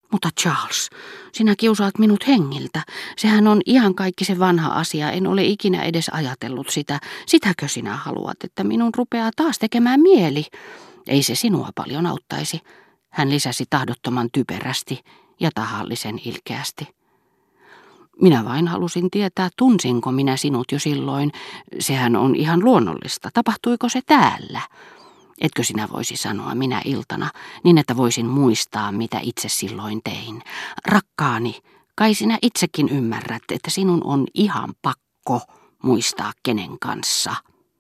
Mutta Charles, sinä kiusaat minut hengiltä. Sehän on ihan kaikki se vanha asia. En ole ikinä edes ajatellut sitä. Sitäkö sinä haluat, että minun rupeaa taas tekemään mieli? Ei se sinua paljon auttaisi. Hän lisäsi tahdottoman typerästi ja tahallisen ilkeästi. Minä vain halusin tietää, tunsinko minä sinut jo silloin. Sehän on ihan luonnollista. Tapahtuiko se täällä? Etkö sinä voisi sanoa minä iltana, niin että voisin muistaa, mitä itse silloin tein? Rakkaani, kai sinä itsekin ymmärrät, että sinun on ihan pakko muistaa kenen kanssa.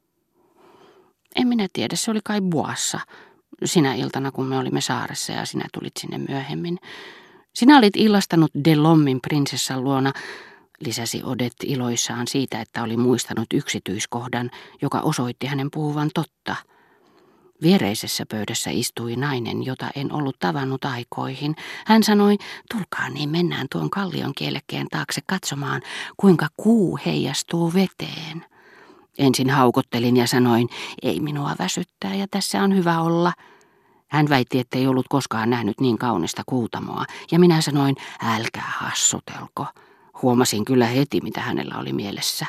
En minä tiedä, se oli kai Boissa. Sinä iltana, kun me olimme saaressa ja sinä tulit sinne myöhemmin. Sinä olit illastanut Delommin prinsessan luona, lisäsi Odette iloissaan siitä, että oli muistanut yksityiskohdan, joka osoitti hänen puhuvan totta. Viereisessä pöydässä istui nainen, jota en ollut tavannut aikoihin. Hän sanoi, tulkaa niin mennään tuon kallion kielekkeen taakse katsomaan, kuinka kuu heijastuu veteen. Ensin haukottelin ja sanoin, ei minua väsyttää ja tässä on hyvä olla. Hän väitti, ettei ollut koskaan nähnyt niin kaunista kuutamoa, ja minä sanoin, älkää hassutelko. Huomasin kyllä heti, mitä hänellä oli mielessä.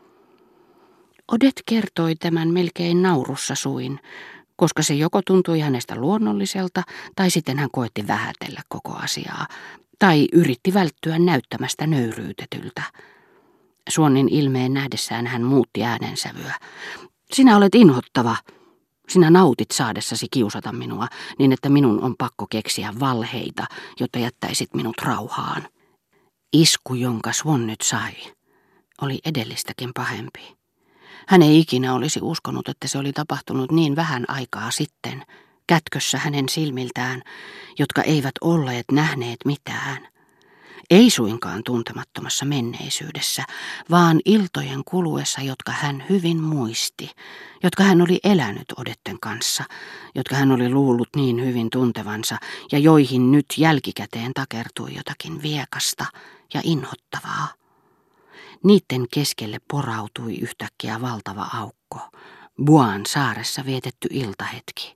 Odette kertoi tämän melkein naurussa suin, koska se joko tuntui hänestä luonnolliselta, tai sitten hän koetti vähätellä koko asiaa, tai yritti välttyä näyttämästä nöyryytetyltä. Suonnin ilmeen nähdessään hän muutti äänensävyä. Sinä olet inhottava. Sinä nautit saadessasi kiusata minua, niin että minun on pakko keksiä valheita, jotta jättäisit minut rauhaan. Isku, jonka Swan nyt sai, oli edellistäkin pahempi. Hän ei ikinä olisi uskonut, että se oli tapahtunut niin vähän aikaa sitten, kätkössä hänen silmiltään, jotka eivät olleet nähneet mitään. Ei suinkaan tuntemattomassa menneisyydessä, vaan iltojen kuluessa, jotka hän hyvin muisti, jotka hän oli elänyt Odetten kanssa, jotka hän oli luullut niin hyvin tuntevansa ja joihin nyt jälkikäteen takertui jotakin viekasta ja inhottavaa. Niiden keskelle porautui yhtäkkiä valtava aukko, Buan saaressa vietetty iltahetki.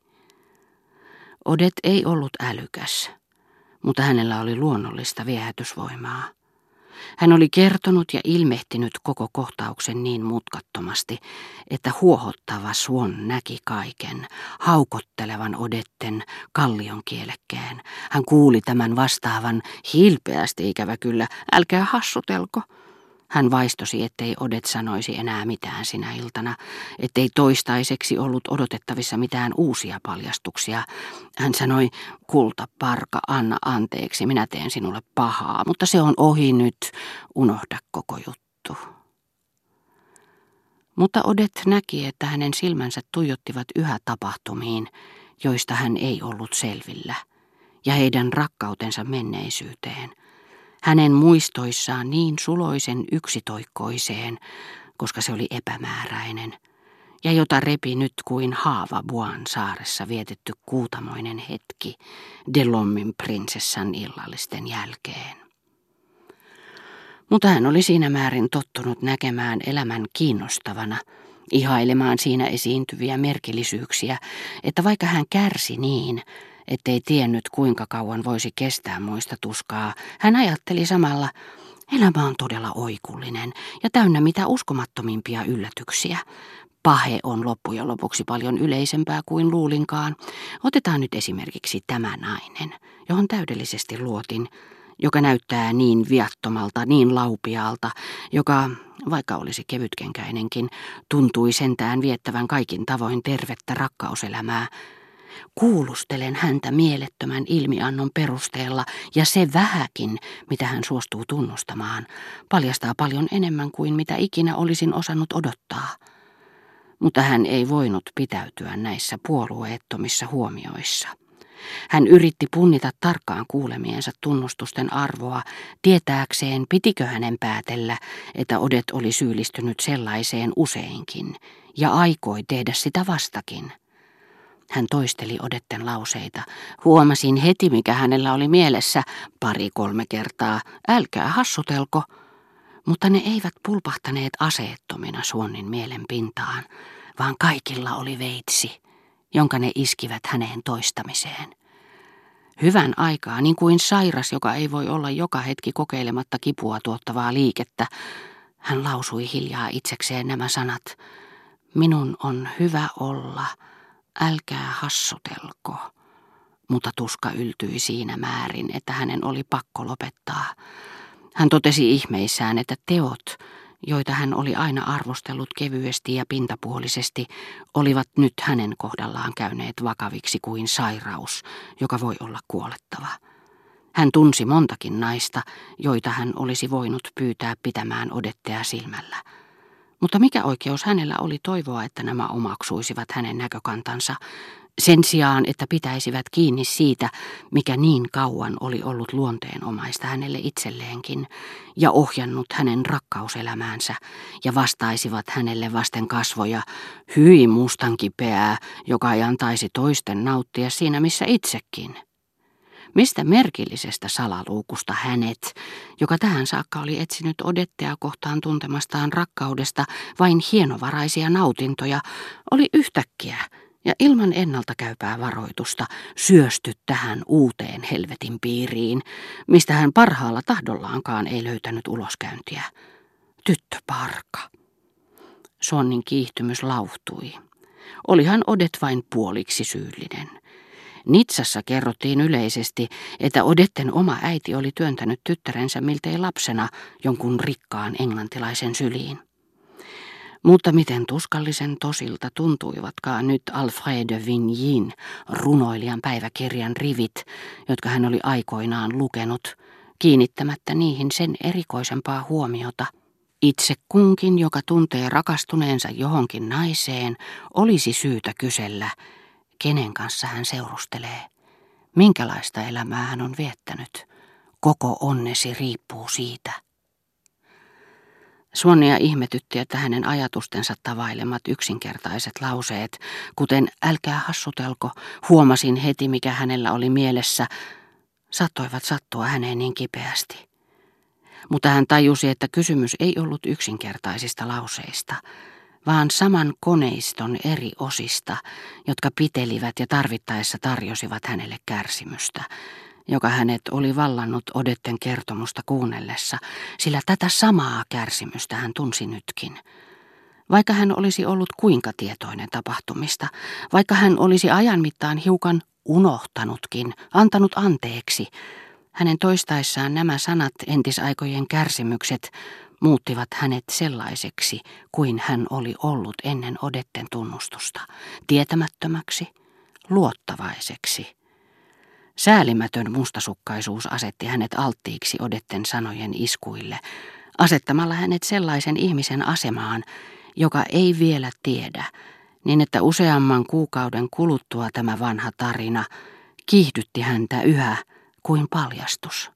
Odette ei ollut älykäs, mutta hänellä oli luonnollista viehätysvoimaa. Hän oli kertonut ja ilmehtinyt koko kohtauksen niin mutkattomasti, että huohottava Swan näki kaiken, haukottelevan Odetten kallion kielekkeen. Hän kuuli tämän vastaavan hilpeästi, ikävä kyllä, älkää hassutelko. Hän vaistosi, ettei Odette sanoisi enää mitään sinä iltana, ettei toistaiseksi ollut odotettavissa mitään uusia paljastuksia. Hän sanoi, kulta parka, anna anteeksi, minä teen sinulle pahaa, mutta se on ohi nyt, unohda koko juttu. Mutta Odette näki, että hänen silmänsä tuijottivat yhä tapahtumiin, joista hän ei ollut selvillä, ja heidän rakkautensa menneisyyteen. Hänen muistoissaan niin suloisen yksitoikkoiseen, koska se oli epämääräinen, ja jota repi nyt kuin haava Buan saaressa vietetty kuutamoinen hetki Delommin prinsessan illallisten jälkeen. Mutta hän oli siinä määrin tottunut näkemään elämän kiinnostavana, ihailemaan siinä esiintyviä merkillisyyksiä, että vaikka hän kärsi niin, ettei tiennyt kuinka kauan voisi kestää muista tuskaa, hän ajatteli samalla, elämä on todella oikullinen ja täynnä mitä uskomattomimpia yllätyksiä. Pahe on loppujen lopuksi paljon yleisempää kuin luulinkaan. Otetaan nyt esimerkiksi tämä nainen, johon täydellisesti luotin, joka näyttää niin viattomalta, niin laupiaalta, joka, vaikka olisi kevytkenkäinenkin, tuntui sentään viettävän kaikin tavoin tervettä rakkauselämää. Kuulustelen häntä mielettömän ilmiannon perusteella, ja se vähäkin, mitä hän suostuu tunnustamaan, paljastaa paljon enemmän kuin mitä ikinä olisin osannut odottaa. Mutta hän ei voinut pitäytyä näissä puolueettomissa huomioissa. Hän yritti punnita tarkkaan kuulemiensa tunnustusten arvoa, tietääkseen pitikö hänen päätellä, että Odette oli syyllistynyt sellaiseen useinkin, ja aikoi tehdä sitä vastakin. Hän toisteli Odetten lauseita. Huomasin heti, mikä hänellä oli mielessä, 2-3 kertaa. Älkää hassutelko. Mutta ne eivät pulpahtaneet aseettomina Swannin mielen pintaan, vaan kaikilla oli veitsi, jonka ne iskivät häneen toistamiseen. Hyvän aikaa, niin kuin sairas, joka ei voi olla joka hetki kokeilematta kipua tuottavaa liikettä, hän lausui hiljaa itsekseen nämä sanat. Minun on hyvä olla, älkää hassutelko. Mutta tuska yltyi siinä määrin, että hänen oli pakko lopettaa. Hän totesi ihmeissään, että teot, joita hän oli aina arvostellut kevyesti ja pintapuolisesti, olivat nyt hänen kohdallaan käyneet vakaviksi kuin sairaus, joka voi olla kuolettava. Hän tunsi montakin naista, joita hän olisi voinut pyytää pitämään Odettea silmällä. Mutta mikä oikeus hänellä oli toivoa, että nämä omaksuisivat hänen näkökantansa, sen sijaan, että pitäisivät kiinni siitä, mikä niin kauan oli ollut luonteenomaista hänelle itselleenkin ja ohjannut hänen rakkauselämäänsä ja vastaisivat hänelle vasten kasvoja, hyi mustankipeää, joka ei antaisi toisten nauttia siinä missä itsekin. Mistä merkillisestä salaluukusta hänet, joka tähän saakka oli etsinyt Odettea kohtaan tuntemastaan rakkaudesta vain hienovaraisia nautintoja, oli yhtäkkiä ja ilman ennalta käypää varoitusta syösty tähän uuteen helvetin piiriin, mistä hän parhaalla tahdollaankaan ei löytänyt uloskäyntiä. Tyttöparka. Suonnin kiihtymys lauhtui. Olihan Odet vain puoliksi syyllinen. Nitsassa kerrottiin yleisesti, että Odetten oma äiti oli työntänyt tyttärensä miltei lapsena jonkun rikkaan englantilaisen syliin. Mutta miten tuskallisen tosilta tuntuivatkaan nyt Alfred de Vignyin runoilijan päiväkirjan rivit, jotka hän oli aikoinaan lukenut, kiinnittämättä niihin sen erikoisempaa huomiota. Itse kunkin, joka tuntee rakastuneensa johonkin naiseen, olisi syytä kysellä, kenen kanssa hän seurustelee, minkälaista elämää hän on viettänyt. Koko onnesi riippuu siitä. Suonnia ihmetytti, että hänen ajatustensa tavailemat yksinkertaiset lauseet, kuten älkää hassutelko, huomasin heti mikä hänellä oli mielessä, saattoivat sattua häneen niin kipeästi. Mutta hän tajusi, että kysymys ei ollut yksinkertaisista lauseista, vaan saman koneiston eri osista, jotka pitelivät ja tarvittaessa tarjosivat hänelle kärsimystä, joka hänet oli vallannut Odetten kertomusta kuunnellessa, sillä tätä samaa kärsimystä hän tunsi nytkin. Vaikka hän olisi ollut kuinka tietoinen tapahtumista, vaikka hän olisi ajan mittaan hiukan unohtanutkin, antanut anteeksi, hänen toistaessaan nämä sanat, entisaikojen kärsimykset, muuttivat hänet sellaiseksi kuin hän oli ollut ennen Odetten tunnustusta, tietämättömäksi, luottavaiseksi. Säälimätön mustasukkaisuus asetti hänet alttiiksi Odetten sanojen iskuille, asettamalla hänet sellaisen ihmisen asemaan, joka ei vielä tiedä, niin että useamman kuukauden kuluttua tämä vanha tarina kiihdytti häntä yhä kuin paljastus.